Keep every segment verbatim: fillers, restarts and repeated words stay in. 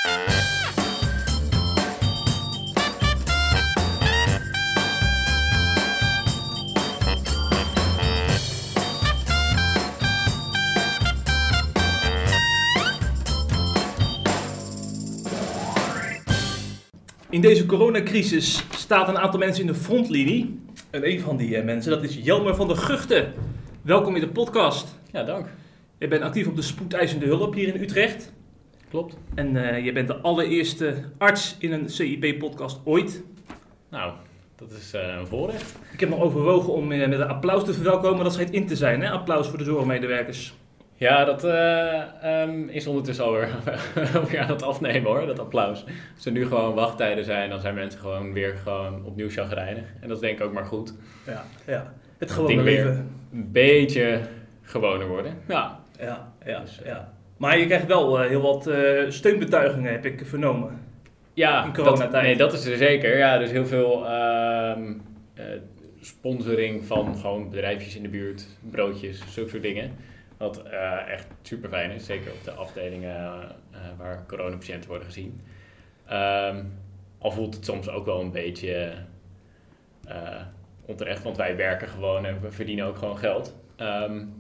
In deze coronacrisis staat een aantal mensen in de frontlinie. En een van die mensen, dat is Jelmer van der Guchten. Welkom in de podcast. Ja, dank. Je bent actief op de spoedeisende hulp hier in Utrecht. Klopt. En uh, je bent de allereerste arts in een C I P-podcast ooit. Nou, dat is uh, een voorrecht. Ik heb nog overwogen om uh, met een applaus te verwelkomen. Dat schijnt in te zijn, hè? Applaus voor de zorgmedewerkers. Ja, dat uh, um, is ondertussen alweer weer aan het afnemen hoor, dat applaus. Als er nu gewoon wachttijden zijn, dan zijn mensen gewoon weer gewoon opnieuw chagrijnig. En dat is denk ik ook maar goed. Ja, ja. Het gewone gewone leven. Weer een beetje gewoner worden. Ja, ja, ja, dus, uh, ja. Maar je krijgt wel uh, heel wat uh, steunbetuigingen, heb ik vernomen. Ja, in coronatijd. Dat, nee, dat is er zeker. Ja, dus heel veel uh, uh, sponsoring van gewoon bedrijfjes in de buurt, broodjes, zulke soort dingen. Wat uh, echt super fijn is, zeker op de afdelingen uh, waar coronapatiënten worden gezien. Um, al voelt het soms ook wel een beetje uh, onterecht, want wij werken gewoon en we verdienen ook gewoon geld. Um,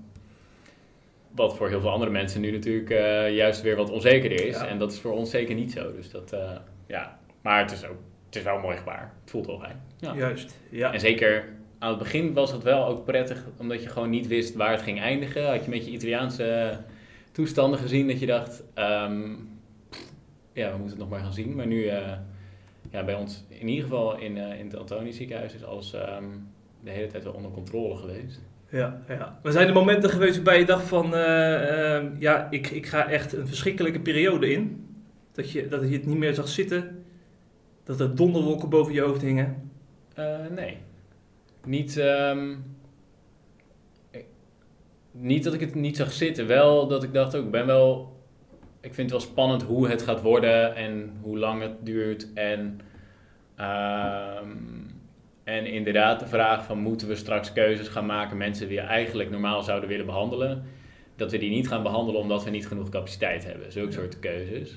wat voor heel veel andere mensen nu natuurlijk uh, juist weer wat onzekerder is. Ja. En dat is voor ons zeker niet zo. Dus dat, uh, ja. Maar het is, ook, het is wel mooi gebaar. Het voelt wel fijn. Ja. Juist, ja. En zeker aan het begin was het wel ook prettig, omdat je gewoon niet wist waar het ging eindigen. Had je met je Italiaanse toestanden gezien dat je dacht, um, ja, we moeten het nog maar gaan zien. Maar nu, uh, ja, bij ons in ieder geval in, uh, in het Antonius ziekenhuis is alles um, de hele tijd wel onder controle geweest. Ja, ja. Maar zijn er momenten geweest waarbij je dacht van, uh, uh, ja, ik, ik ga echt een verschrikkelijke periode in. Dat je, dat je het niet meer zag zitten, dat er donderwolken boven je hoofd hingen? Uh, nee. Niet, um, niet dat ik het niet zag zitten, wel dat ik dacht ook, ik ben wel, ik vind het wel spannend hoe het gaat worden en hoe lang het duurt. En, um, en inderdaad de vraag van, moeten we straks keuzes gaan maken, mensen die we eigenlijk normaal zouden willen behandelen, dat we die niet gaan behandelen omdat we niet genoeg capaciteit hebben. Zulke ja. soort keuzes.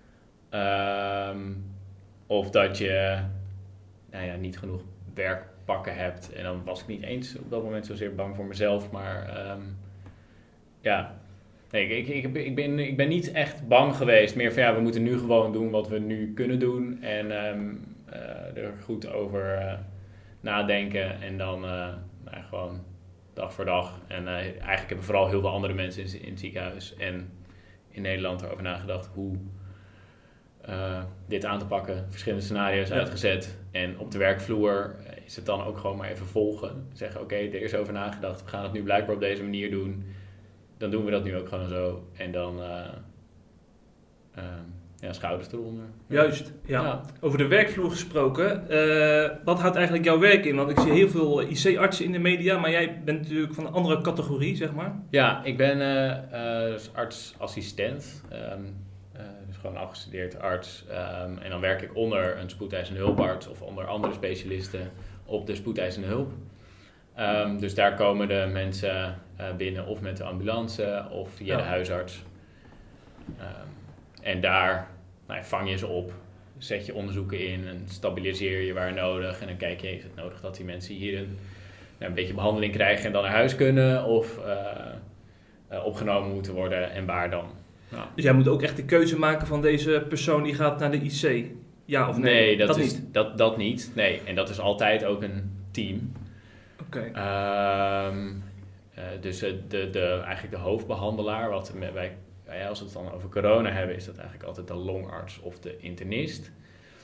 Um, of dat je nou ja, niet genoeg werk pakken hebt. En dan was ik niet eens op dat moment zozeer bang voor mezelf. Maar um, ja, nee, ik, ik, ik, ben, ik ben niet echt bang geweest. Meer van ja, we moeten nu gewoon doen wat we nu kunnen doen. En um, uh, er goed over uh, nadenken. En dan uh, nou, gewoon dag voor dag. En uh, eigenlijk hebben vooral heel veel andere mensen in, in het ziekenhuis en in Nederland erover nagedacht hoe Uh, dit aan te pakken, verschillende scenario's ja. uitgezet. En op de werkvloer is het dan ook gewoon maar even volgen. Zeggen, oké, okay, er is over nagedacht, we gaan het nu blijkbaar op deze manier doen. Dan doen we dat nu ook gewoon zo. En dan uh, uh, ja, schouders eronder. Juist, ja. ja. Over de werkvloer gesproken. Uh, wat houdt eigenlijk jouw werk in? Want ik zie heel veel I C-artsen in de media, maar jij bent natuurlijk van een andere categorie, zeg maar. Ja, ik ben uh, uh, dus artsassistent. Um, Uh, dus gewoon afgestudeerd arts. Um, en dan werk ik onder een spoedeisende hulparts of onder andere specialisten op de spoedeisende hulp. Um, dus daar komen de mensen uh, binnen of met de ambulance of via ja. de huisarts. Um, en daar nou, vang je ze op, zet je onderzoeken in en stabiliseer je waar nodig. En dan kijk je, is het nodig dat die mensen hier een, nou, een beetje behandeling krijgen en dan naar huis kunnen of uh, uh, opgenomen moeten worden en waar dan. Ja. Dus jij moet ook echt de keuze maken van deze persoon die gaat naar de I C? Ja of nee? Nee, dat, dat is, niet? Dat, dat niet. Nee, en dat is altijd ook een team. Oké. Okay. Um, uh, dus de, de, de, eigenlijk de hoofdbehandelaar, wat wij, ja, als we het dan over corona hebben, is dat eigenlijk altijd de longarts of de internist.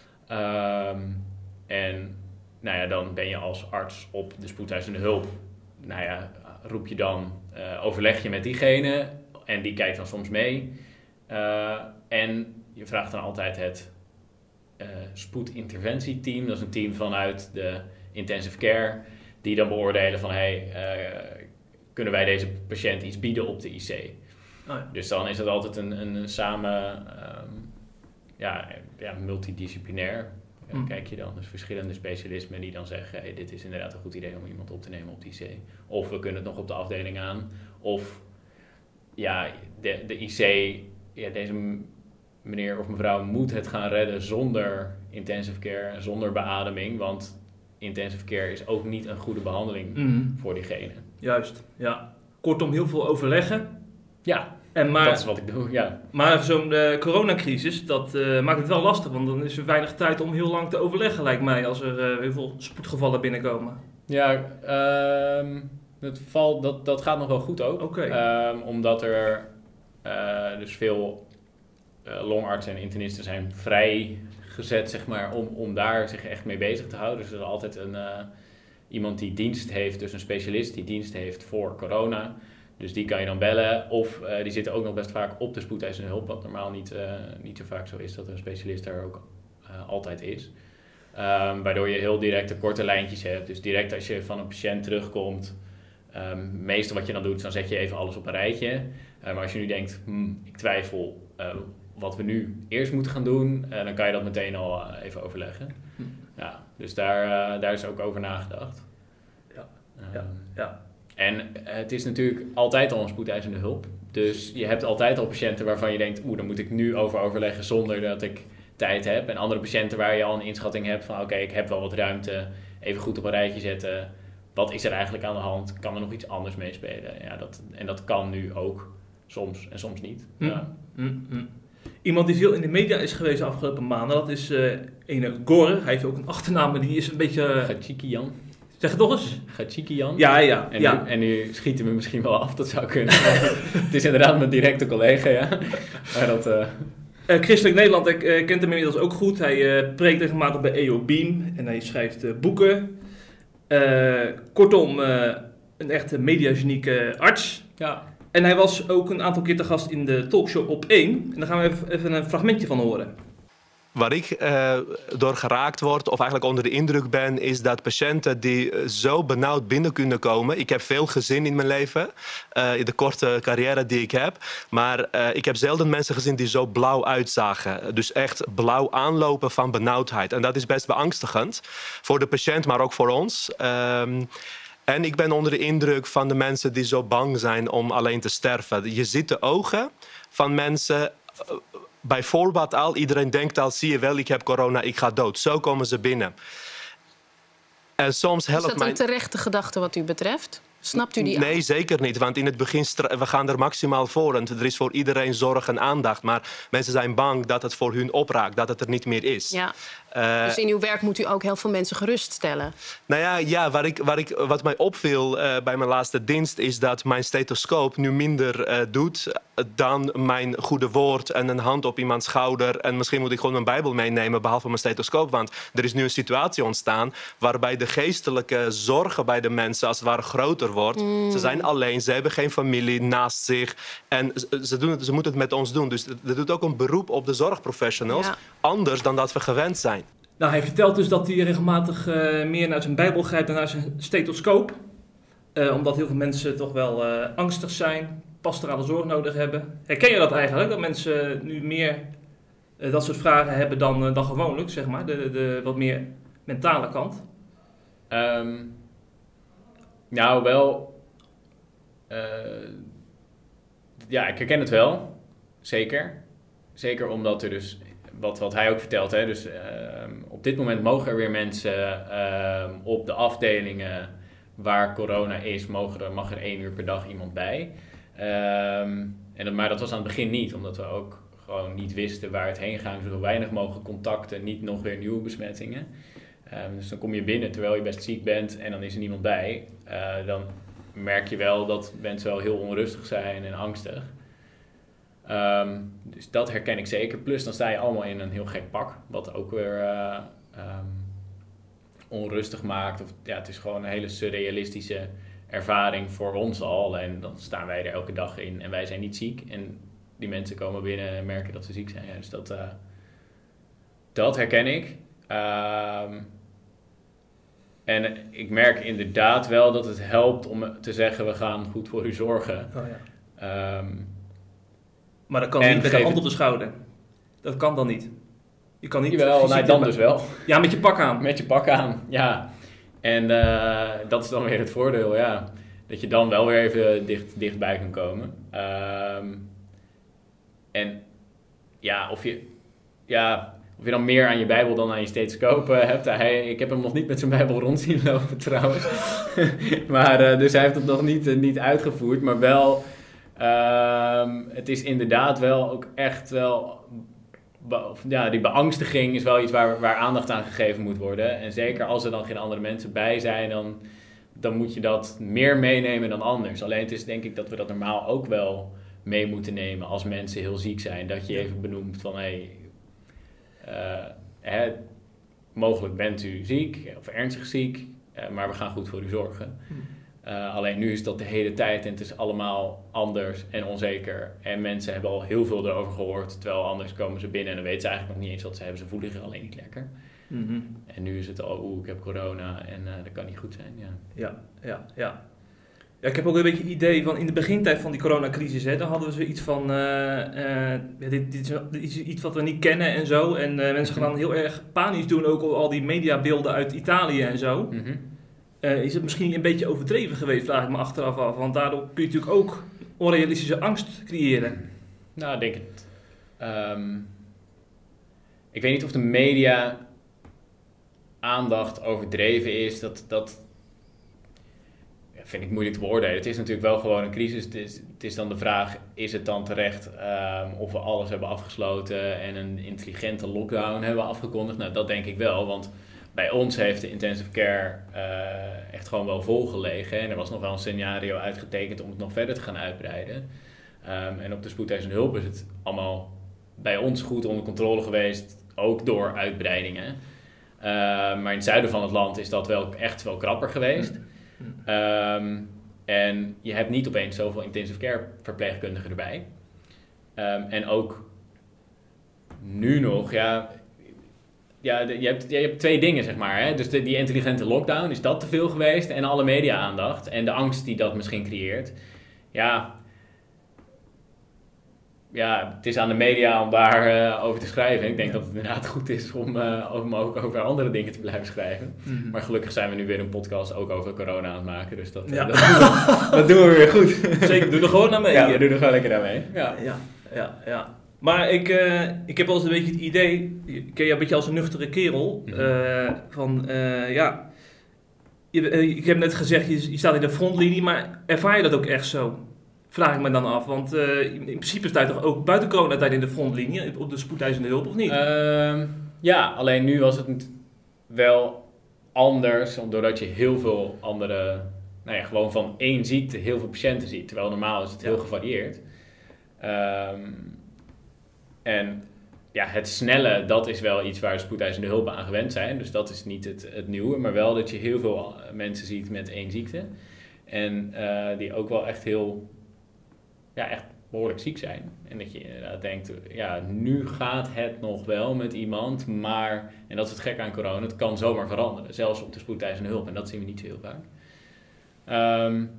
Um, en nou ja, dan ben je als arts op de spoedeisende hulp. Nou ja, roep je dan, uh, overleg je met diegene. En die kijkt dan soms mee. Uh, en je vraagt dan altijd het uh, spoedinterventieteam. Dat is een team vanuit de intensive care. Die dan beoordelen van, hey, uh, kunnen wij deze patiënt iets bieden op de I C? Oh ja. Dus dan is het altijd een, een samen, um, ja, ja, multidisciplinair. Mm. Kijk je dan. Dus verschillende specialismen die dan zeggen, hey, dit is inderdaad een goed idee om iemand op te nemen op de I C. Of we kunnen het nog op de afdeling aan. Of ja, de, de I C, ja, deze meneer of mevrouw moet het gaan redden zonder intensive care, zonder beademing. Want intensive care is ook niet een goede behandeling mm. voor diegene. Juist, ja. Kortom, heel veel overleggen. Ja, en maar, dat is wat ik doe, ja. Maar zo'n uh, coronacrisis, dat uh, maakt het wel lastig. Want dan is er weinig tijd om heel lang te overleggen, lijkt mij, als er uh, heel veel spoedgevallen binnenkomen. Ja, um, dat, valt, dat, dat gaat nog wel goed ook. Okay. Um, omdat er uh, dus veel uh, longartsen en internisten zijn vrijgezet, zeg maar, om, om daar zich echt mee bezig te houden. Dus er is altijd een, uh, iemand die dienst heeft, dus een specialist die dienst heeft voor corona. Dus die kan je dan bellen. Of uh, die zitten ook nog best vaak op de spoedeisende hulp, wat normaal niet, uh, niet zo vaak zo is dat een specialist daar ook uh, altijd is. Um, waardoor je heel directe korte lijntjes hebt. Dus direct als je van een patiënt terugkomt, um, meestal wat je dan doet, dan zet je even alles op een rijtje. Uh, maar als je nu denkt, hmm, ik twijfel uh, wat we nu eerst moeten gaan doen, uh, dan kan je dat meteen al uh, even overleggen. Hm. Ja, dus daar, uh, daar is ook over nagedacht. Ja, um, ja, ja. En uh, het is natuurlijk altijd al een spoedeisende hulp. Dus je hebt altijd al patiënten waarvan je denkt, oeh, daar moet ik nu over overleggen zonder dat ik tijd heb. En andere patiënten waar je al een inschatting hebt van, oké, okay, ik heb wel wat ruimte, even goed op een rijtje zetten. Wat is er eigenlijk aan de hand? Kan er nog iets anders meespelen? Ja, dat, en dat kan nu ook, soms en soms niet. Mm. Ja. Mm, mm. Iemand die veel in de media is geweest de afgelopen maanden, dat is uh, ene Gore. Hij heeft ook een achternaam, maar die is een beetje... Uh... Gatchiki Jan. Zeg het nog eens. Gatchiki Jan. Ja, ja. En, ja. Nu, en nu schieten we misschien wel af, dat zou kunnen. Het is inderdaad mijn directe collega, ja. Maar dat... Uh... Uh, Christelijk Nederland ik, uh, kent hem inmiddels ook goed. Hij uh, preekt regelmatig bij E O Beam en hij schrijft uh, boeken. Uh, kortom, uh, een echte mediagenieke arts. Ja. En hij was ook een aantal keer te gast in de talkshow Op één. En daar gaan we even, even een fragmentje van horen. Waar ik uh, door geraakt word, of eigenlijk onder de indruk ben, is dat patiënten die uh, zo benauwd binnen kunnen komen. Ik heb veel gezien in mijn leven, uh, in de korte carrière die ik heb. Maar uh, ik heb zelden mensen gezien die zo blauw uitzagen. Dus echt blauw aanlopen van benauwdheid. En dat is best beangstigend voor de patiënt, maar ook voor ons. Um, En ik ben onder de indruk van de mensen die zo bang zijn om alleen te sterven. Je ziet de ogen van mensen... Bij voorbaat al, iedereen denkt al, zie je wel, ik heb corona, ik ga dood. Zo komen ze binnen. En soms helpt Is dat mijn... een terechte gedachte wat u betreft? Snapt u die? Nee, aan? zeker niet. Want in het begin, we gaan er maximaal voor. En er is voor iedereen zorg en aandacht. Maar mensen zijn bang dat het voor hun opraakt, dat het er niet meer is. Ja. Uh, dus in uw werk moet u ook heel veel mensen geruststellen. Nou ja, ja waar ik, waar ik, wat mij opviel uh, bij mijn laatste dienst... is dat mijn stethoscoop nu minder uh, doet dan mijn goede woord... en een hand op iemands schouder. En misschien moet ik gewoon mijn Bijbel meenemen, behalve mijn stethoscoop. Want er is nu een situatie ontstaan... waarbij de geestelijke zorgen bij de mensen als het ware groter wordt. Mm. Ze zijn alleen, ze hebben geen familie naast zich. En ze, doen het, ze moeten het met ons doen. Dus dat doet ook een beroep op de zorgprofessionals. Ja. Anders dan dat we gewend zijn. Nou, hij vertelt dus dat hij regelmatig uh, meer naar zijn Bijbel grijpt dan naar zijn stethoscoop. Uh, omdat heel veel mensen toch wel uh, angstig zijn, pastorale zorg nodig hebben. Herken je dat eigenlijk? Dat mensen nu meer uh, dat soort vragen hebben dan, uh, dan gewoonlijk, zeg maar? De, de, de wat meer mentale kant. Um, nou, wel... Uh, ja, ik herken het wel. Zeker. Zeker omdat er dus... Wat, wat hij ook vertelt, hè, dus uh, op dit moment mogen er weer mensen uh, op de afdelingen waar corona is, mogen er, mag er één uur per dag iemand bij. Um, en dat, maar dat was aan het begin niet, omdat we ook gewoon niet wisten waar het heen gaat. Zo weinig mogelijk contacten, niet nog weer nieuwe besmettingen. Um, dus dan kom je binnen terwijl je best ziek bent en dan is er niemand bij. Uh, dan merk je wel dat mensen wel heel onrustig zijn en angstig. Um, dus dat herken ik zeker. Plus dan sta je allemaal in een heel gek pak. Wat ook weer uh, um, onrustig maakt. Of, ja, het is gewoon een hele surrealistische ervaring voor ons al. En dan staan wij er elke dag in. En wij zijn niet ziek. En die mensen komen binnen en merken dat ze ziek zijn. Ja, dus dat, uh, dat herken ik. Um, en ik merk inderdaad wel dat het helpt om te zeggen... we gaan goed voor u zorgen. Oh, ja. Um, Maar dat kan en niet met een hand op de schouder. Dat kan dan niet. Je kan niet... Jawel, nou, dan dus wel. Ja, met je pak aan. Met je pak aan, ja. En uh, dat is dan weer het voordeel, ja. Dat je dan wel weer even dicht, dichtbij kan komen. Um, en ja, of je, ja, of je dan meer aan je Bijbel dan aan je stethoscoop uh, hebt. Hij, ik heb hem nog niet met zijn Bijbel rond zien lopen trouwens. maar uh, dus hij heeft het nog niet, uh, niet uitgevoerd. Maar wel, uh, het is inderdaad wel ook echt wel... Be, ja, die beangstiging is wel iets waar, waar aandacht aan gegeven moet worden. En zeker als er dan geen andere mensen bij zijn, dan, dan moet je dat meer meenemen dan anders. Alleen het is denk ik dat we dat normaal ook wel mee moeten nemen als mensen heel ziek zijn. Dat je even benoemt van, hé, hey, uh, hè, mogelijk bent u ziek of ernstig ziek, uh, maar we gaan goed voor u zorgen. Uh, alleen nu is dat de hele tijd en het is allemaal anders en onzeker. En mensen hebben al heel veel erover gehoord, terwijl anders komen ze binnen en dan weten ze eigenlijk nog niet eens wat ze hebben. Ze voelen zich alleen niet lekker. Mm-hmm. En nu is het al, oeh, ik heb corona en uh, dat kan niet goed zijn. Ja, ja, ja. ja. Ja, ik heb ook een beetje het idee van in de begintijd van die coronacrisis, hè, dan hadden we zoiets van, uh, uh, ja, dit, dit, is, dit is iets wat we niet kennen en zo. En uh, mensen gaan dan heel erg panisch doen, ook al die mediabeelden uit Italië en zo. Mm-hmm. Uh, is het misschien een beetje overdreven geweest, vraag ik me achteraf af. Want daardoor kun je natuurlijk ook onrealistische angst creëren. Nou, ik denk het. Um, ik weet niet of de media aandacht overdreven is. Dat, dat ja, vind ik moeilijk te beoordelen. Het is natuurlijk wel gewoon een crisis. Het is, het is dan de vraag, is het dan terecht um, of we alles hebben afgesloten en een intelligente lockdown hebben afgekondigd? Nou, dat denk ik wel, want bij ons heeft de intensive care uh, echt gewoon wel volgelegen. En er was nog wel een scenario uitgetekend om het nog verder te gaan uitbreiden. Um, en op de spoedeisende hulp is het allemaal bij ons goed onder controle geweest, ook door uitbreidingen. Uh, maar in het zuiden van het land is dat wel echt wel krapper geweest. Um, en je hebt niet opeens zoveel intensive care verpleegkundigen erbij. Um, en ook nu nog, ja... Ja, de, je, hebt, je hebt twee dingen, zeg maar. Hè? Dus de, die intelligente lockdown, is dat te veel geweest? En alle media-aandacht en de angst die dat misschien creëert. Ja, ja het is aan de media om daarover uh, over te schrijven. Ik denk ja. dat het inderdaad goed is om, uh, om ook over andere dingen te blijven schrijven. Mm-hmm. Maar gelukkig zijn we nu weer een podcast ook over corona aan het maken. Dus dat, ja. uh, dat, doen, we, dat doen we weer goed. Zeker, doe er gewoon aan mee. Ja, we doen er gewoon lekker aan mee. Ja, ja, ja. ja. Maar ik, uh, ik heb wel eens een beetje het idee, ik ken je een beetje als een nuchtere kerel, mm-hmm. uh, van uh, ja, je, uh, ik heb net gezegd, je, je staat in de frontlinie, maar ervaar je dat ook echt zo? Vraag ik me dan af, want uh, in principe sta je toch ook buiten coronatijd in de frontlinie, op de spoedeisende hulp of niet? Uh, ja, alleen nu was het wel anders, doordat je heel veel andere, nou ja, gewoon van één ziekte heel veel patiënten ziet, terwijl normaal is het heel ja. gevarieerd. Um, En ja, het snelle, dat is wel iets waar spoedeisende hulp aan gewend zijn. Dus dat is niet het, het nieuwe, maar wel dat je heel veel mensen ziet met één ziekte. En uh, die ook wel echt heel, ja, echt behoorlijk ziek zijn. En dat je inderdaad denkt, ja, nu gaat het nog wel met iemand, maar, en dat is het gekke aan corona, het kan zomaar veranderen. Zelfs op de spoedeisende hulp, en dat zien we niet zo heel vaak. Um,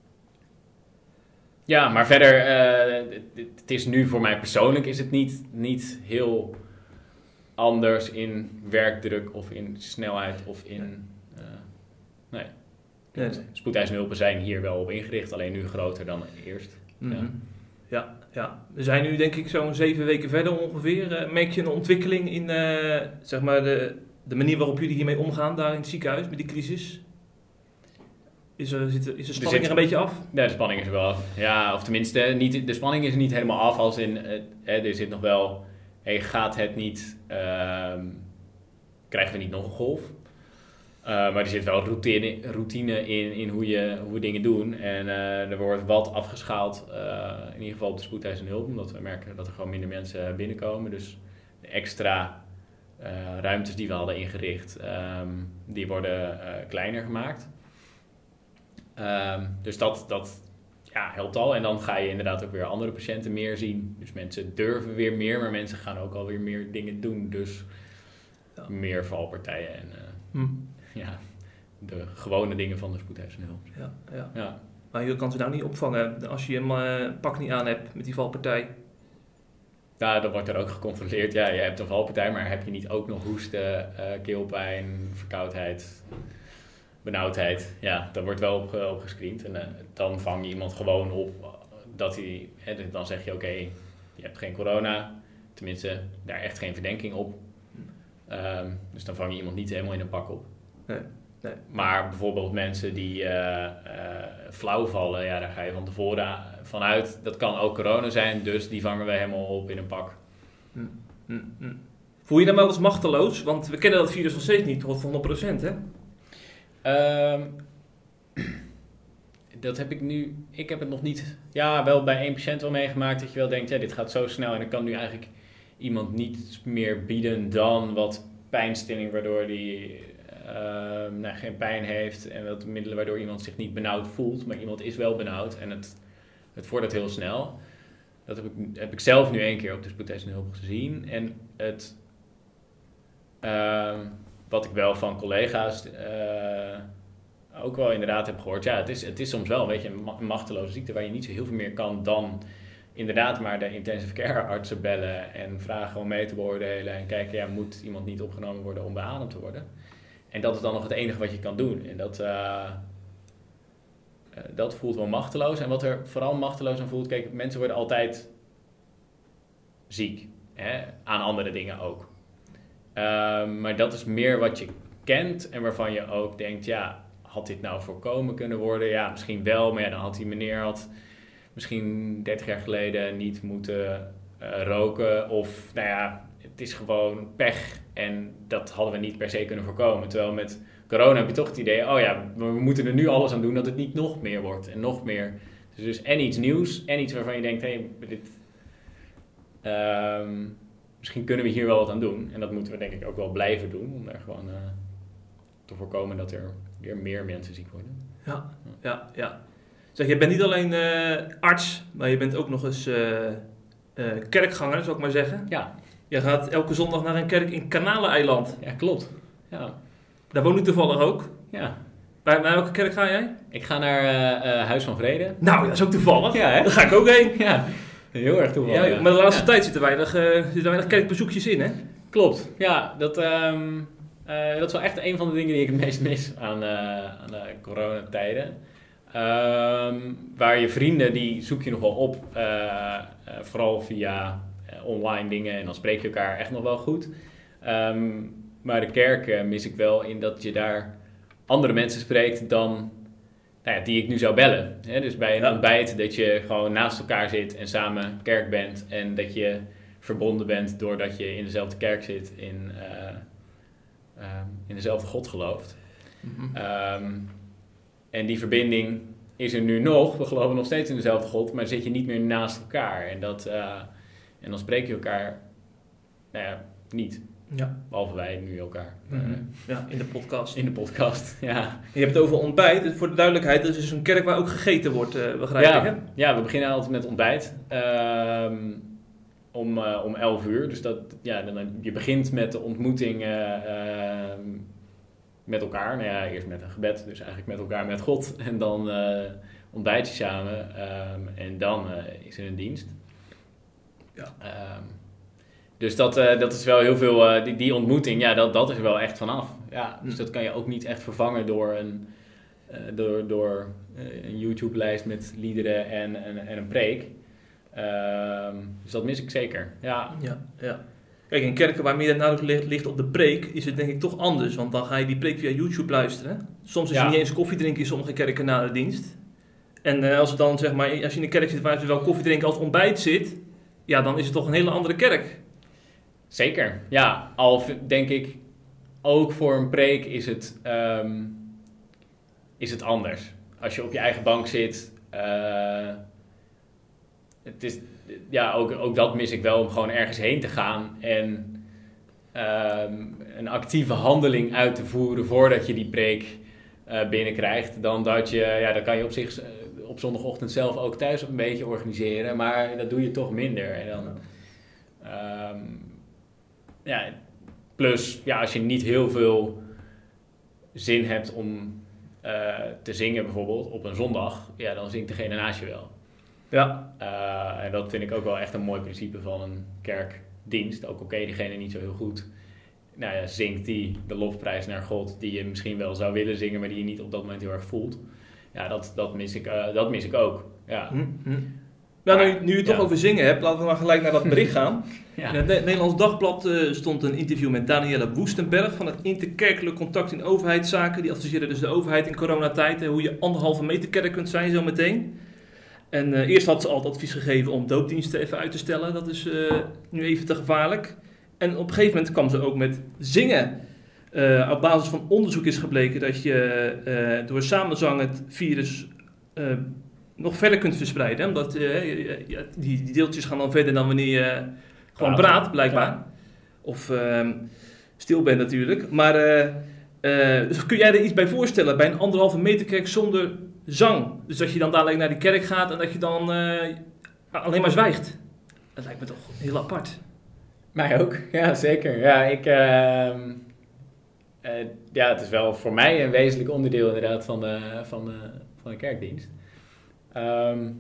Ja, maar verder, uh, het, het is nu voor mij persoonlijk is het niet, niet heel anders in werkdruk of in snelheid of in... Uh, nee. nee. Spoedeisende hulpen zijn hier wel op ingericht, alleen nu groter dan eerst. Mm-hmm. Ja. Ja, ja, we zijn nu denk ik zo'n zeven weken verder ongeveer. Uh, merk je een ontwikkeling in uh, zeg maar de, de manier waarop jullie hiermee omgaan daar in het ziekenhuis met die crisis? Is, er, zit, is de spanning er, zit, er een beetje af? Ja, de spanning is er wel af. Ja, of tenminste, niet, de spanning is er niet helemaal af als in, uh, er zit nog wel, hey, gaat het niet, uh, krijgen we niet nog een golf? Uh, maar er zit wel routine, routine in, in hoe, je, hoe we dingen doen. En uh, er wordt wat afgeschaald, uh, in ieder geval op de spoedeisende hulp, omdat we merken dat er gewoon minder mensen binnenkomen. Dus de extra uh, ruimtes die we hadden ingericht, um, die worden uh, kleiner gemaakt. Um, dus dat, dat ja, helpt al. En dan ga je inderdaad ook weer andere patiënten meer zien. Dus mensen durven weer meer, maar mensen gaan ook alweer meer dingen doen. Dus ja. meer valpartijen en uh, hm. ja, de gewone dingen van de spoedeisende hulp. Ja, ja. ja. Maar je kan ze nou niet opvangen als je een uh, pak niet aan hebt met die valpartij. Ja, dan wordt er ook gecontroleerd. Ja, je hebt een valpartij, maar heb je niet ook nog hoesten, uh, keelpijn, verkoudheid... benauwdheid, ja, daar wordt wel op, op gescreend. En uh, dan vang je iemand gewoon op dat hij, hè, dan zeg je oké, okay, je hebt geen corona, tenminste, daar echt geen verdenking op. Um, dus dan vang je iemand niet helemaal in een pak op. Nee, nee. Maar bijvoorbeeld mensen die uh, uh, flauw vallen, ja, daar ga je van tevoren vanuit. Dat kan ook corona zijn, dus die vangen we helemaal op in een pak. Mm, mm, mm. Voel je dan wel eens machteloos? Want we kennen dat virus nog steeds niet tot honderd procent, hè? Um, dat heb ik nu... Ik heb het nog niet... Ja, wel bij één patiënt wel meegemaakt dat je wel denkt, ja, dit gaat zo snel en ik kan nu eigenlijk iemand niet meer bieden dan wat pijnstilling, waardoor die uh, nou, geen pijn heeft en wat middelen waardoor iemand zich niet benauwd voelt, maar iemand is wel benauwd en het, het vordert heel snel. Dat heb ik, heb ik zelf nu één keer op de spoedeisende hulp gezien. En het, uh, wat ik wel van collega's uh, ook wel inderdaad heb gehoord, ja, het is, het is soms wel een beetje een machteloze ziekte waar je niet zo heel veel meer kan dan inderdaad maar de intensive care artsen bellen en vragen om mee te beoordelen en kijken, ja, moet iemand niet opgenomen worden om beademd te worden? En dat is dan nog het enige wat je kan doen. En dat, uh, uh, dat voelt wel machteloos. En wat er vooral machteloos aan voelt, kijk, mensen worden altijd ziek. Hè? Aan andere dingen ook. Uh, maar dat is meer wat je kent en waarvan je ook denkt, ja, had dit nou voorkomen kunnen worden? Ja, misschien wel, maar ja, dan had die meneer had misschien dertig jaar geleden niet moeten uh, roken. Of, nou ja, het is gewoon pech en dat hadden we niet per se kunnen voorkomen. Terwijl met corona heb je toch het idee, oh ja, we moeten er nu alles aan doen dat het niet nog meer wordt en nog meer. Dus, dus en iets nieuws en iets waarvan je denkt, hé, hey, dit, um, misschien kunnen we hier wel wat aan doen. En dat moeten we denk ik ook wel blijven doen om daar gewoon uh, te voorkomen dat er weer meer mensen ziek worden. Ja, ja, ja. Zeg, je bent niet alleen uh, arts, maar je bent ook nog eens uh, uh, kerkganger, zou ik maar zeggen. Ja. Je gaat elke zondag naar een kerk in Kanaleneiland. Ja, klopt. Ja. Daar woon ik toevallig ook. Ja. Bij, bij welke kerk ga jij? Ik ga naar uh, uh, Huis van Vrede. Nou, dat is ook toevallig. Ja, hè? Daar ga ik ook heen. Ja, heel erg toevallig. Ja, ja. maar de laatste ja. tijd zitten weinig, uh, zitten weinig kerkbezoekjes in, hè? Klopt. Ja, dat, um, uh, dat is wel echt een van de dingen die ik het meest mis aan, uh, aan de coronatijden. Um, waar je vrienden, die zoek je nog wel op, uh, uh, vooral via uh, online dingen en dan spreek je elkaar echt nog wel goed. Um, maar de kerk uh, mis ik wel in dat je daar andere mensen spreekt dan nou ja, die ik nu zou bellen. He, dus bij een ja. ontbijt dat je gewoon naast elkaar zit en samen kerk bent en dat je verbonden bent doordat je in dezelfde kerk zit, in, uh, um, in dezelfde God gelooft. Mm-hmm. Um, En die verbinding is er nu nog. We geloven nog steeds in dezelfde God, maar zit je niet meer naast elkaar. En, dat, uh, en dan spreek je elkaar nou ja, niet. Ja. Behalve wij nu elkaar. Mm-hmm. Uh, ja, in de podcast. In de podcast, ja. Je hebt het over ontbijt. Dus voor de duidelijkheid, dat is dus een kerk waar ook gegeten wordt, uh, begrijp ja, ik, hè? Ja, we beginnen altijd met ontbijt. Um, om, uh, om elf uur. Dus dat, ja, dan, je begint met de ontmoeting Uh, uh, met elkaar, nou ja, eerst met een gebed, dus eigenlijk met elkaar, met God. En dan uh, ontbijt je samen um, en dan uh, is er een dienst. Ja. Um, dus dat, uh, dat is wel heel veel, uh, die, die ontmoeting, ja, dat, dat is er wel echt vanaf. Ja, dus dat kan je ook niet echt vervangen door een, uh, door, door uh, een YouTube-lijst met liederen en, en, en een preek. Um, dus dat mis ik zeker, ja. Ja, ja. Kijk, in kerken waar meer nadruk ligt op de preek, is het denk ik toch anders. Want dan ga je die preek via YouTube luisteren. Soms is ja. er niet eens koffie drinken in sommige kerken na de dienst. En uh, als, het dan, zeg maar, als je in een kerk zit waar ze wel koffie drinken als ontbijt zit, ja, dan is het toch een hele andere kerk. Zeker, ja. Al denk ik, ook voor een preek is het, um, is het anders. Als je op je eigen bank zit, uh, het is... Ja, ook, ook dat mis ik wel, om gewoon ergens heen te gaan en um, een actieve handeling uit te voeren voordat je die preek uh, binnenkrijgt. Dan dat je, ja, dat kan je op zich uh, op zondagochtend zelf ook thuis een beetje organiseren, maar dat doe je toch minder. En dan, um, ja, plus, ja, als je niet heel veel zin hebt om uh, te zingen bijvoorbeeld op een zondag, ja, dan zingt degene naast je wel. Ja. Uh, en dat vind ik ook wel echt een mooi principe van een kerkdienst. Ook oké, okay, diegene niet zo heel goed. Nou ja, zingt die de lofprijs naar God die je misschien wel zou willen zingen, maar die je niet op dat moment heel erg voelt. Ja, dat, dat, mis, ik, uh, dat mis ik ook. Ja. Mm-hmm. Nou, Maar, nu, nu je het toch ja. over zingen hebt, laten we maar gelijk naar dat bericht gaan. Ja. In het Ne- Nederlands Dagblad uh, stond een interview met Danielle Woestenberg van het Interkerkelijk Contact in Overheidszaken. Die adviseerde dus de overheid in coronatijd uh, hoe je anderhalve meter kerk kunt zijn zometeen. En uh, eerst had ze al het advies gegeven om doopdiensten even uit te stellen. Dat is uh, nu even te gevaarlijk. En op een gegeven moment kwam ze ook met zingen. Uh, op basis van onderzoek is gebleken dat je uh, door samenzang het virus uh, nog verder kunt verspreiden. Hè? Omdat uh, ja, die, die deeltjes gaan dan verder dan wanneer je gewoon Praten. praat, blijkbaar. Ja. Of uh, stil bent natuurlijk. Maar uh, uh, dus kun jij er iets bij voorstellen bij een anderhalve meter kerk zonder zang? Dus dat je dan dadelijk naar die kerk gaat en dat je dan uh, alleen maar zwijgt. Dat lijkt me toch heel apart. Mij ook, ja zeker. Ja, ik, uh, uh, ja, het is wel voor mij een wezenlijk onderdeel inderdaad van de, van de, van de kerkdienst. Um,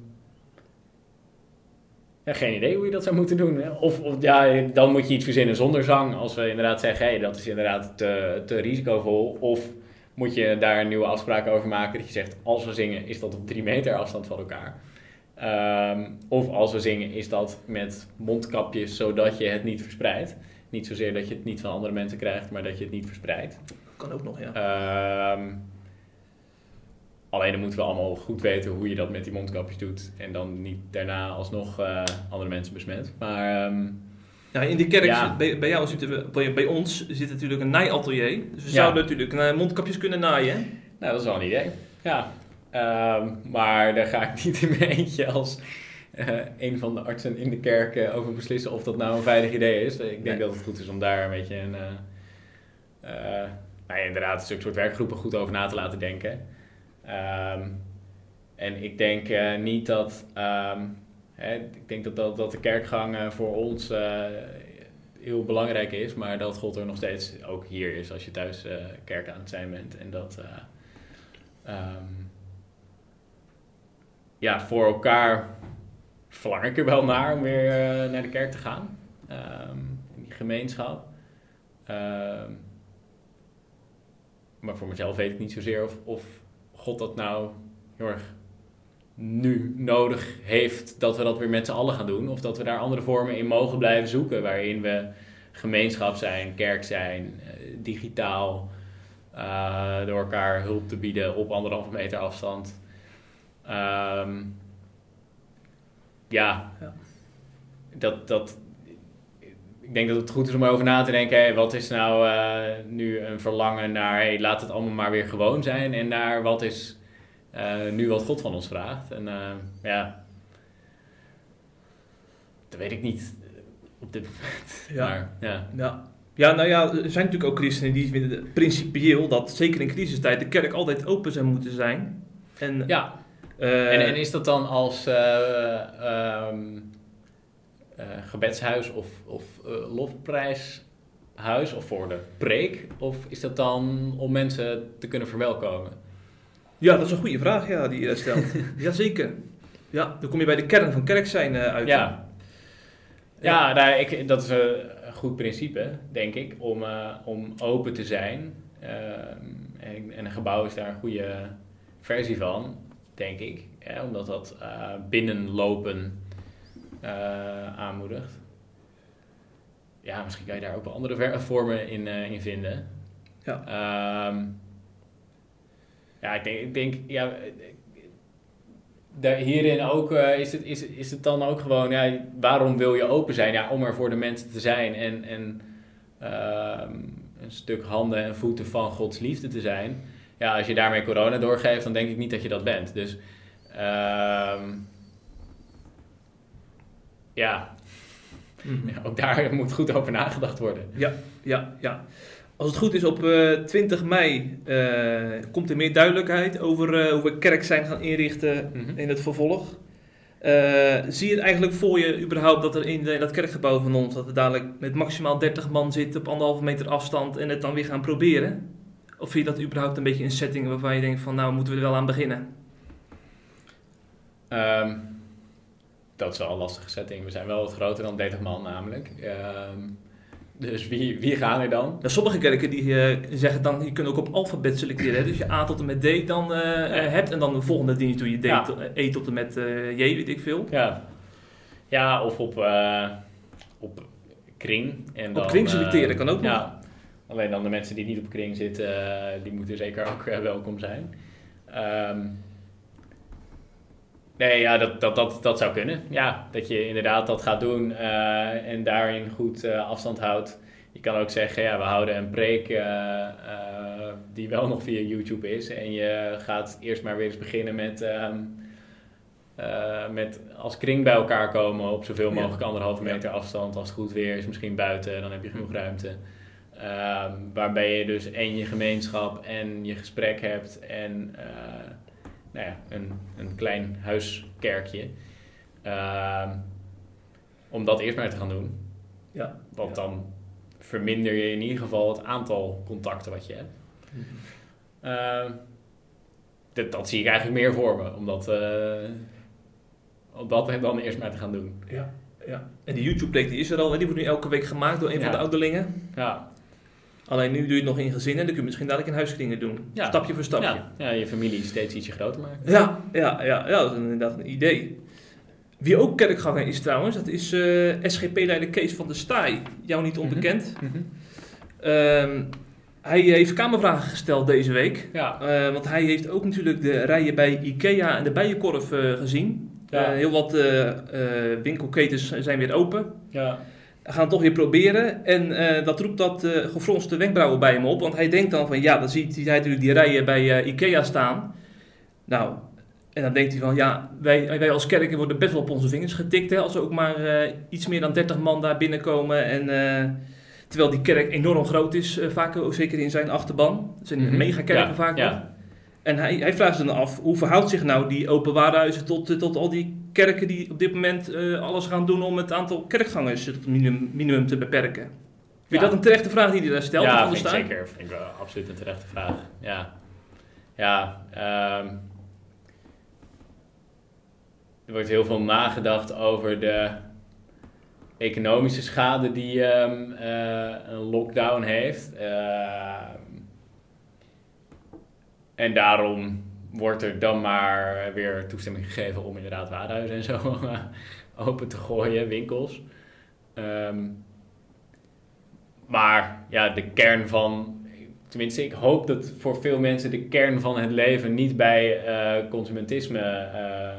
ja, geen idee hoe je dat zou moeten doen. Hè? Of, of ja, dan moet je iets verzinnen zonder zang. Als we inderdaad zeggen, hey, dat is inderdaad te, te risicovol. Of moet je daar een nieuwe afspraak over maken. Dat je zegt, als we zingen is dat op drie meter afstand van elkaar. Um, of als we zingen is dat met mondkapjes, zodat je het niet verspreidt. Niet zozeer dat je het niet van andere mensen krijgt, maar dat je het niet verspreidt. Kan ook nog, ja. Um, alleen dan moeten we allemaal goed weten hoe je dat met die mondkapjes doet. En dan niet daarna alsnog uh, andere mensen besmet. Maar um, ja, in de kerk, ja. zit, bij, bij jou zitten we, bij, bij ons zit natuurlijk een naaiatelier. Dus we Ja. zouden natuurlijk uh, mondkapjes kunnen naaien. Hè? Nou, dat is wel een idee. Ja. Um, maar daar ga ik niet in mijn eentje als uh, een van de artsen in de kerk uh, over beslissen of dat nou een veilig idee is. Ik denk Nee. dat het goed is om daar een beetje een, uh, uh, nou ja, inderdaad een stuk soort werkgroepen goed over na te laten denken. Um, en ik denk uh, niet dat, um, hè, ik denk dat, dat, dat de kerkgang uh, voor ons uh, heel belangrijk is, maar dat God er nog steeds ook hier is als je thuis uh, kerk aan het zijn bent. En dat uh, um, ja, voor elkaar verlang ik er wel naar om weer uh, naar de kerk te gaan. Um, in die gemeenschap. Um, maar voor mezelf weet ik niet zozeer of, of God dat nou heel erg nu nodig heeft dat we dat weer met z'n allen gaan doen. Of dat we daar andere vormen in mogen blijven zoeken. Waarin we gemeenschap zijn, kerk zijn, uh, digitaal. Uh, door elkaar hulp te bieden op anderhalve meter afstand. Um, ja, Ja. Dat, dat, ik denk dat het goed is om erover na te denken. Hey, wat is nou uh, nu een verlangen naar, hey, laat het allemaal maar weer gewoon zijn. En naar wat is uh, nu wat God van ons vraagt. En uh, ja, dat weet ik niet op dit moment. Ja. Maar, ja. Ja. Ja, nou ja, er zijn natuurlijk ook christenen die vinden principieel dat zeker in crisistijd de kerk altijd open zou moeten zijn. En, ja. uh, En, en is dat dan als uh, um, uh, gebedshuis of, of uh, lofprijshuis of voor de preek? Of is dat dan om mensen te kunnen verwelkomen? Ja, dat is een goede vraag ja, die je stelt. Jazeker. Ja, dan kom je bij de kern van kerk zijn uh, uit. Ja, ja nou, ik, dat is een goed principe, denk ik, om, uh, om open te zijn. Uh, en, en een gebouw is daar een goede versie van, denk ik. Ja, omdat dat uh, binnenlopen uh, aanmoedigt. Ja, misschien kan je daar ook wel andere ver- vormen in, uh, in vinden. Ja. Um, ja, ik denk, ik denk ja, daar, hierin ook uh, is, het, is, is het dan ook gewoon, ja, waarom wil je open zijn? Ja, om er voor de mensen te zijn en, en um, een stuk handen en voeten van Gods liefde te zijn. Ja, als je daarmee corona doorgeeft, dan denk ik niet dat je dat bent. Dus um, ja, Mm-hmm. ja, ook daar moet goed over nagedacht worden. Ja, ja, ja. Als het goed is, op uh, twintig mei uh, komt er meer duidelijkheid over uh, hoe we kerk zijn gaan inrichten Mm-hmm. in het vervolg. Uh, zie je het eigenlijk voor je überhaupt dat er in, de, in dat kerkgebouw van ons, dat we dadelijk met maximaal dertig man zitten op anderhalve meter afstand en het dan weer gaan proberen? Of vind je dat überhaupt een beetje een setting waarvan je denkt van nou moeten we er wel aan beginnen? Um, dat is wel een lastige setting. We zijn wel wat groter dan dertig man namelijk. Um, dus wie, wie gaan er dan? Ja, sommige kerken die uh, zeggen dan, je kunt ook op alfabet selecteren. Hè? Dus je A tot en met D dan uh, ja. hebt en dan de volgende dienst doe je D ja. tot, E tot en met uh, J, weet ik veel. Ja, Ja, of op, uh, op kring. En dan, op kring selecteren uh, kan ook nog. Ja, alleen dan de mensen die niet op kring zitten, uh, die moeten zeker ook uh, welkom zijn. Um, nee, ja, dat, dat, dat, dat zou kunnen. Ja, dat je inderdaad dat gaat doen uh, en daarin goed uh, afstand houdt. Je kan ook zeggen, ja, we houden een preek uh, uh, die wel nog via YouTube is. En je gaat eerst maar weer eens beginnen met, um, uh, met als kring bij elkaar komen op zoveel mogelijk ja. anderhalve meter afstand. Als het goed weer is, misschien buiten, dan heb je genoeg ruimte. Um, waarbij je dus en je gemeenschap en je gesprek hebt en uh, nou ja, een, een klein huiskerkje. Uh, om dat eerst maar te gaan doen. Ja. Want ja. dan verminder je in ieder geval het aantal contacten wat je hebt. Mm-hmm. Uh, dat, dat zie ik eigenlijk meer voor me, om dat, uh, om dat dan eerst maar te gaan doen. Ja, ja. En die YouTube-preek die is er al, en die wordt nu elke week gemaakt door een ja. van de ouderlingen. Ja. Alleen nu doe je het nog in gezinnen en dan kun je misschien dadelijk in huiskringen doen. Ja. Stapje voor stapje. Ja. ja, je familie steeds ietsje groter maken. Ja, ja, ja, ja, dat is inderdaad een idee. Wie ook kerkganger is trouwens, dat is uh, S G P-leider Kees van der Staaij. Jou niet onbekend. Mm-hmm. Um, hij heeft kamervragen gesteld deze week. Ja. Uh, want hij heeft ook natuurlijk de rijen bij IKEA en de Bijenkorf uh, gezien. Ja. Uh, heel wat uh, uh, winkelketens zijn weer open. Ja. We gaan het toch weer proberen. En uh, dat roept dat uh, gefronste wenkbrauwen bij hem op. Want hij denkt dan van, ja, dan ziet hij natuurlijk die rijen bij uh, IKEA staan. Nou, en dan denkt hij van, ja, wij, wij als kerken worden best wel op onze vingers getikt. Hè, als er ook maar uh, iets meer dan dertig man daar binnenkomen. En, uh, terwijl die kerk enorm groot is, uh, vaak ook zeker in zijn achterban. Dat zijn mm-hmm. megakerken ja, vaak ja. nog. En hij, hij vraagt zich dan af, hoe verhoudt zich nou die open warenhuizen tot, uh, tot al die kerken die op dit moment uh, alles gaan doen om het aantal kerkgangers tot het minimum, minimum te beperken? Vind je ja. dat een terechte vraag die hij daar stelt? Ja, vind ik zeker. Vind ik wel absoluut een terechte vraag. Ja, ja um, er wordt heel veel nagedacht over de economische schade die um, uh, een lockdown heeft. Uh, en daarom wordt er dan maar weer toestemming gegeven om inderdaad warenhuizen en zo uh, open te gooien, winkels. Um, maar ja, de kern van, tenminste ik hoop dat voor veel mensen de kern van het leven niet bij uh, consumentisme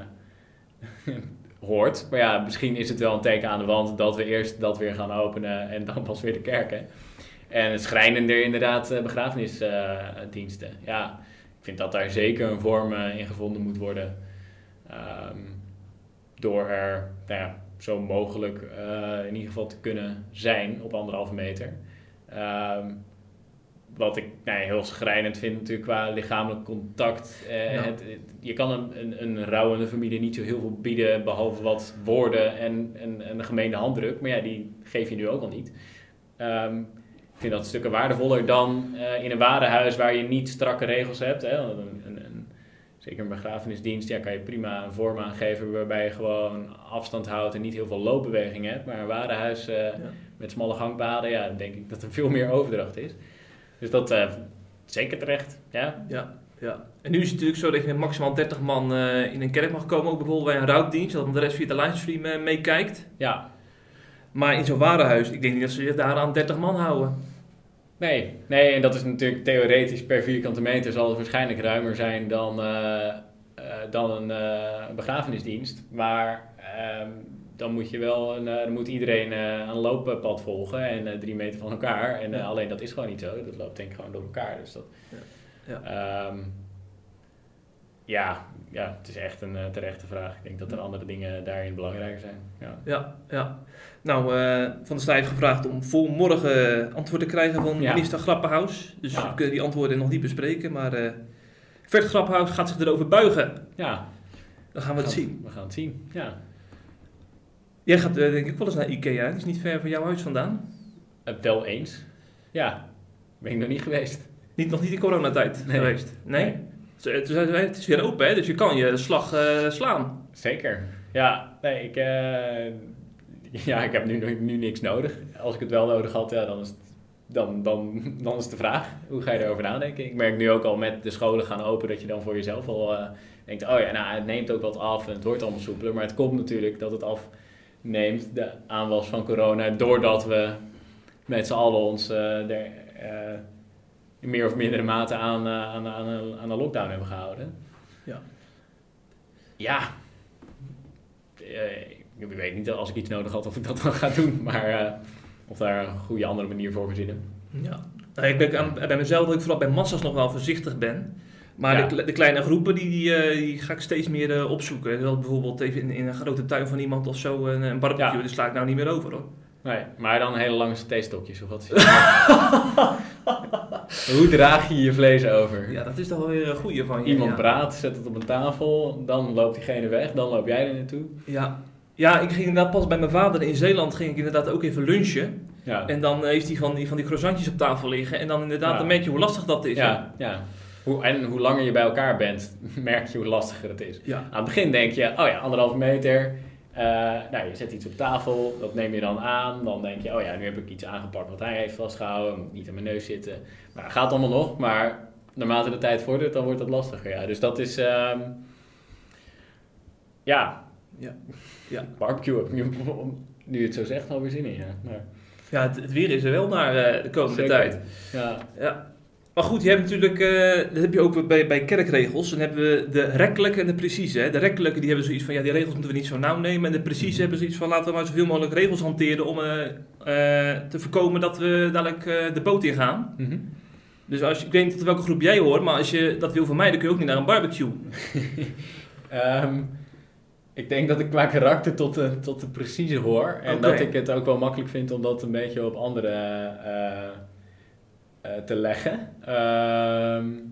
uh, hoort. Maar ja, misschien is het wel een teken aan de wand dat we eerst dat weer gaan openen en dan pas weer de kerken. En het schrijnender inderdaad uh, begrafenisdiensten. Uh, ja, ik vind dat daar zeker een vorm uh, in gevonden moet worden. Um, door er nou ja, zo mogelijk uh, in ieder geval te kunnen zijn op anderhalve meter. Um, wat ik nou ja, heel schrijnend vind natuurlijk qua lichamelijk contact. Uh, ja. het, het, je kan een, een, een rouwende familie niet zo heel veel bieden behalve wat woorden en, en, en een gemeende handdruk. Maar ja, die geef je nu ook al niet. Um, ik vind dat stukken waardevoller dan uh, in een warenhuis waar je niet strakke regels hebt. Hè. Een, een, een, zeker een begrafenisdienst, ja, kan je prima een vorm aangeven waarbij je gewoon afstand houdt en niet heel veel loopbeweging hebt. Maar een warenhuis uh, ja. met smalle gangpaden, ja, dan denk ik dat er veel meer overdracht is. Dus dat uh, zeker terecht, ja. ja. Ja, en nu is het natuurlijk zo dat je met maximaal dertig man uh, in een kerk mag komen. Ook bijvoorbeeld bij een rouwdienst, dat de rest via de livestream uh, meekijkt. Ja. Maar in zo'n warenhuis, ik denk niet dat ze zich daar aan dertig man houden. Nee, nee, en dat is natuurlijk theoretisch per vierkante meter zal het waarschijnlijk ruimer zijn dan, uh, uh, dan een uh, begrafenisdienst. Maar uh, dan moet je wel, een, uh, dan moet iedereen uh, een looppad volgen en uh, drie meter van elkaar. En uh, ja. alleen dat is gewoon niet zo. Dat loopt denk ik gewoon door elkaar. Dus dat, ja. Ja. Um, ja, ja, het is echt een uh, terechte vraag. Ik denk dat er andere dingen daarin belangrijker zijn. Ja, ja. ja. Nou, uh, Van der Staaij heeft gevraagd om voor morgen antwoord te krijgen van ja. minister Grapperhaus. Dus ja. we kunnen die antwoorden nog niet bespreken. Maar uh, Vert Grapperhaus gaat zich erover buigen. Ja. Dan gaan we, we het gaan, zien. We gaan het zien, ja. Jij gaat uh, denk ik wel eens naar IKEA. Het is niet ver van jouw huis vandaan. Uh, wel eens. Ja, ben ik nog niet geweest. Niet, nog niet in coronatijd nee. geweest? Nee? nee. Het, het, het is weer open, hè? Dus je kan je slag uh, slaan. Zeker. Ja, nee, ik, uh, ja, ik heb nu, nu niks nodig. Als ik het wel nodig had, ja, dan, is het, dan, dan, dan is de vraag. Hoe ga je erover nadenken? Ik merk nu ook al met de scholen gaan open dat je dan voor jezelf al uh, denkt, oh ja, nou, het neemt ook wat af en het wordt allemaal soepeler. Maar het komt natuurlijk dat het af neemt, de aanwas van corona, doordat we met z'n allen ons uh, er, uh, in meer of mindere mate aan, uh, aan, aan, aan de lockdown hebben gehouden. Ja. Ja. Uh, ik weet niet als ik iets nodig had of ik dat dan ga doen, maar uh, of daar een goede andere manier voor verzinnen. Ja. Nou, ik ben aan, bij mezelf dat ik vooral bij massa's nog wel voorzichtig ben. Maar Ja. de, de kleine groepen, die, die, uh, die ga ik steeds meer uh, opzoeken. Zoals bijvoorbeeld even in, in een grote tuin van iemand of zo, een, een barbecue, Ja. die sla ik nou niet meer over hoor. Nee, maar dan hele lange theestokjes of wat is het? Hoe draag je je vlees over? Ja, dat is toch wel weer een goeie van je. Iemand ja. praat, zet het op een tafel, dan loopt diegene weg, dan loop jij er naartoe. Ja. Ja, ik ging inderdaad pas bij mijn vader in Zeeland, ging ik inderdaad ook even lunchen. Ja, En dan heeft hij van die, van die croissantjes op tafel liggen. En dan inderdaad, Ja. dan merk je hoe lastig dat is. hè? ja, ja. Hoe, en hoe langer je bij elkaar bent, merk je hoe lastiger het is. Ja. Aan het begin denk je, oh ja, anderhalve meter. Uh, nou, je zet iets op tafel, dat neem je dan aan. Dan denk je, oh ja, nu heb ik iets aangepakt wat hij heeft vastgehouden. Moet niet aan mijn neus zitten. Maar het gaat allemaal nog, maar naarmate de tijd vordert, dan wordt het lastiger. Ja. Dus dat is, um, ja, Ja. Ja. barbecue heb ik nu, nu je het zo zegt, alweer zin in. Ja, maar, Ja, het, het weer is er wel naar uh, de komende zeker. tijd. Ja, Ja. Maar goed, je hebt natuurlijk, uh, dat heb je ook bij, bij kerkregels. Dan hebben we de rekkelijke en de precieze. Hè. De rekkelijke die hebben zoiets van, ja, die regels moeten we niet zo nauw nemen. En de precieze Mhm. hebben zoiets van, laten we maar zoveel mogelijk regels hanteren om uh, uh, te voorkomen dat we dadelijk uh, de boot in gaan. mm-hmm. Dus als je, ik weet niet tot welke groep jij hoort, maar als je dat wil vermijden, kun je ook niet naar een barbecue. Um, ik denk dat ik qua karakter tot de, tot de precieze hoor. En Oké. dat ik het ook wel makkelijk vind om dat een beetje op anderen uh, uh, te leggen. Um,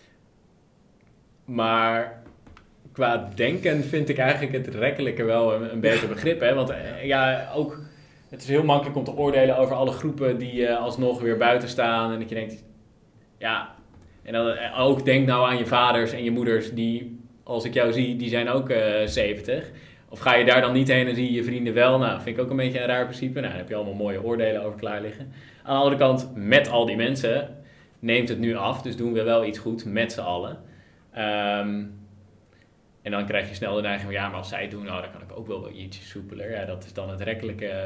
maar qua denken vind ik eigenlijk het rekkelijke wel een, een beter begrip. Hè? Want uh, ja, ook, het is heel makkelijk om te oordelen over alle groepen die uh, alsnog weer buiten staan. En dat je denkt, ja, en dan uh, ook denk nou aan je vaders en je moeders die, als ik jou zie, die zijn ook uh, zeventig. Of ga je daar dan niet heen en zie je je vrienden wel? Nou, vind ik ook een beetje een raar principe. Nou, dan heb je allemaal mooie oordelen over klaar liggen. Aan de andere kant, met al die mensen neemt het nu af. Dus doen we wel iets goed met z'n allen. Um, en dan krijg je snel de neiging van, ja, maar als zij het doen, nou, dan kan ik ook wel ietsje soepeler. Ja, dat is dan het rekkelijke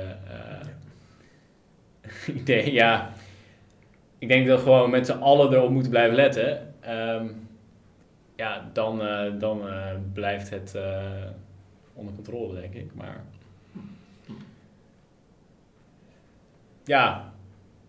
uh, idee. Ja, ik denk dat we gewoon met z'n allen erop moeten blijven letten. Um, ja, dan, uh, dan uh, blijft het uh, onder controle, denk ik. Maar ja,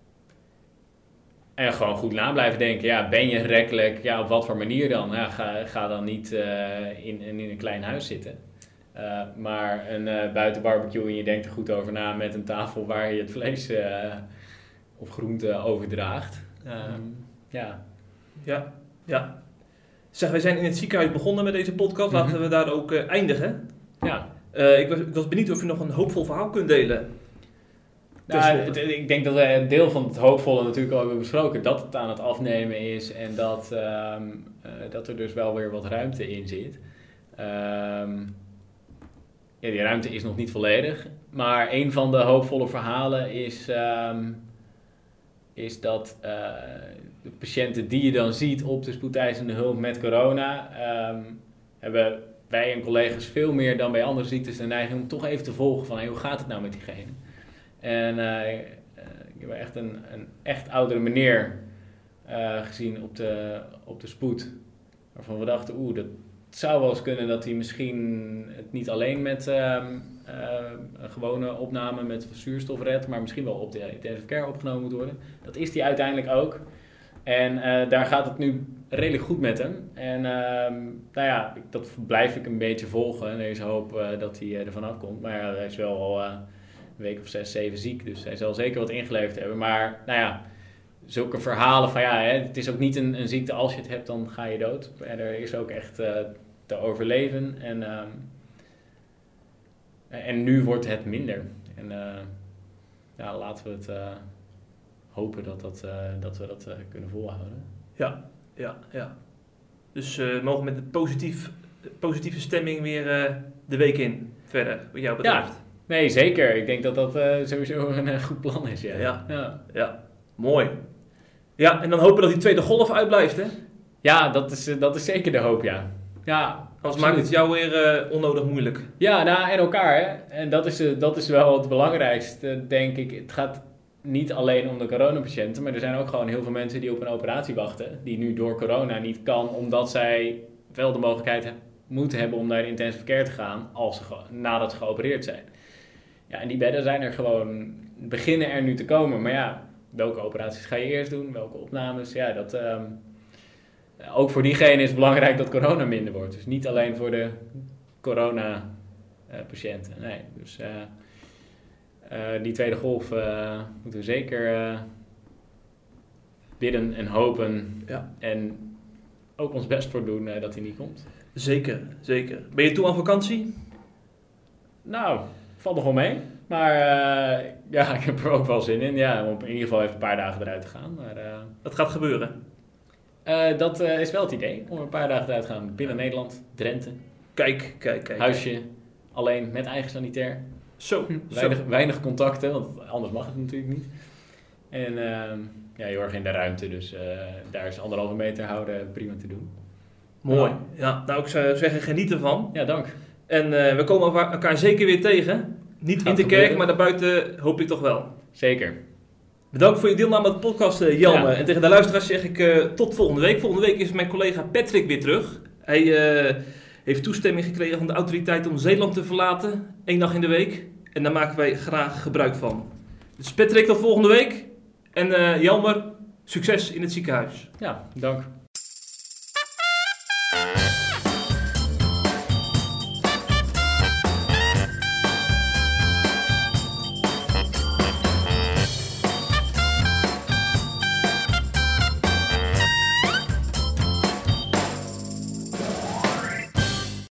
en gewoon goed na blijven denken. Ja, ben je rekkelijk? Ja, op wat voor manier dan? Ja, ga, ga dan niet uh, in, in een klein huis zitten. Uh, maar een uh, buitenbarbecue en je denkt er goed over na met een tafel waar je het vlees uh, of groente overdraagt. Um, ja. Ja, ja. Zeg, wij zijn in het ziekenhuis begonnen met deze podcast. Laten Mm-hmm. we daar ook uh, eindigen. Ja. Uh, ik, was, ik was benieuwd of je nog een hoopvol verhaal kunt delen. Nou, het, ik denk dat we een deel van het hoopvolle natuurlijk al hebben besproken. Dat het aan het afnemen is en dat, um, uh, dat er dus wel weer wat ruimte in zit. Um, ja, die ruimte is nog niet volledig. Maar een van de hoopvolle verhalen is, um, is dat uh, de patiënten die je dan ziet op de spoedeisende hulp met corona, um, hebben wij en collega's veel meer dan bij andere ziektes de neiging om toch even te volgen van hey, hoe gaat het nou met diegene? En uh, uh, ik heb echt een, een echt oudere meneer uh, gezien op de, op de spoed. Waarvan we dachten, oeh, dat zou wel eens kunnen dat hij misschien het niet alleen met uh, uh, een gewone opname met zuurstof redt, maar misschien wel op de intensive care opgenomen moet worden. Dat is hij uiteindelijk ook. En uh, daar gaat het nu redelijk goed met hem. En uh, nou ja, dat blijf ik een beetje volgen. En er is hoop uh, dat hij uh, ervan afkomt. Maar ja, hij is wel al uh, een week of zes, zeven ziek. Dus hij zal zeker wat ingeleverd hebben. Maar nou ja, zulke verhalen van ja, hè, het is ook niet een, een ziekte. Als je het hebt, dan ga je dood. En er is ook echt uh, te overleven. En, uh, en nu wordt het minder. En uh, ja, laten we het uh, hopen dat, dat, uh, dat we dat uh, kunnen volhouden. Ja, ja, ja. Dus uh, mogen met een positief, positieve stemming weer uh, de week in verder, wat jou betreft. Ja, nee, zeker. Ik denk dat dat uh, sowieso een uh, goed plan is. Ja. Ja. Ja. Ja, mooi. Ja, en dan hopen dat die tweede golf uitblijft, hè? Ja, dat is, uh, dat is zeker de hoop, ja. Ja, Anders maakt het jou weer uh, onnodig moeilijk. Ja, nou, en elkaar. Hè? En dat is, uh, dat is wel het belangrijkste, denk ik. Het gaat niet alleen om de coronapatiënten, maar er zijn ook gewoon heel veel mensen die op een operatie wachten, die nu door corona niet kan, omdat zij wel de mogelijkheid he- moeten hebben om naar de intensive care te gaan als ze ge- nadat ze geopereerd zijn. Ja, en die bedden zijn er gewoon, beginnen er nu te komen. Maar ja, welke operaties ga je eerst doen? Welke opnames? Ja, dat... Um, ook voor diegene is het belangrijk dat corona minder wordt. Dus niet alleen voor de corona-patiënten. Uh, nee, dus uh, uh, die tweede golf uh, moeten we zeker uh, bidden en hopen. Ja. En ook ons best voor doen uh, dat die niet komt. Zeker, zeker. Ben je toe aan vakantie? Nou, valt nog wel mee. Maar uh, ja, ik heb er ook wel zin in. Ja, om in ieder geval even een paar dagen eruit te gaan. Maar, uh, dat gaat gebeuren. Uh, dat uh, is wel het idee, om een paar dagen eruit te gaan binnen ja. Nederland, Drenthe. Kijk, kijk, kijk. Huisje, kijk. alleen, met eigen sanitair. Zo. Weinig, zo. weinig contacten, want anders mag het natuurlijk niet. En uh, ja, heel erg in de ruimte, dus uh, daar is anderhalve meter houden prima te doen. Mooi. Ja, nou ik zou zeggen, geniet ervan. Ja, dank. En uh, we komen elkaar zeker weer tegen. Niet Gaat in de kerk, gebeuren. Maar daarbuiten hoop ik toch wel. Zeker. Bedankt voor je deelname aan de podcast, uh, Jelmer. Ja. En tegen de luisteraars zeg ik uh, tot volgende week. Volgende week is mijn collega Patrick weer terug. Hij uh, heeft toestemming gekregen van de autoriteit om Zeeland te verlaten. Eén dag in de week. En daar maken wij graag gebruik van. Dus Patrick, tot volgende week. En uh, Jelmer, succes in het ziekenhuis. Ja, dank.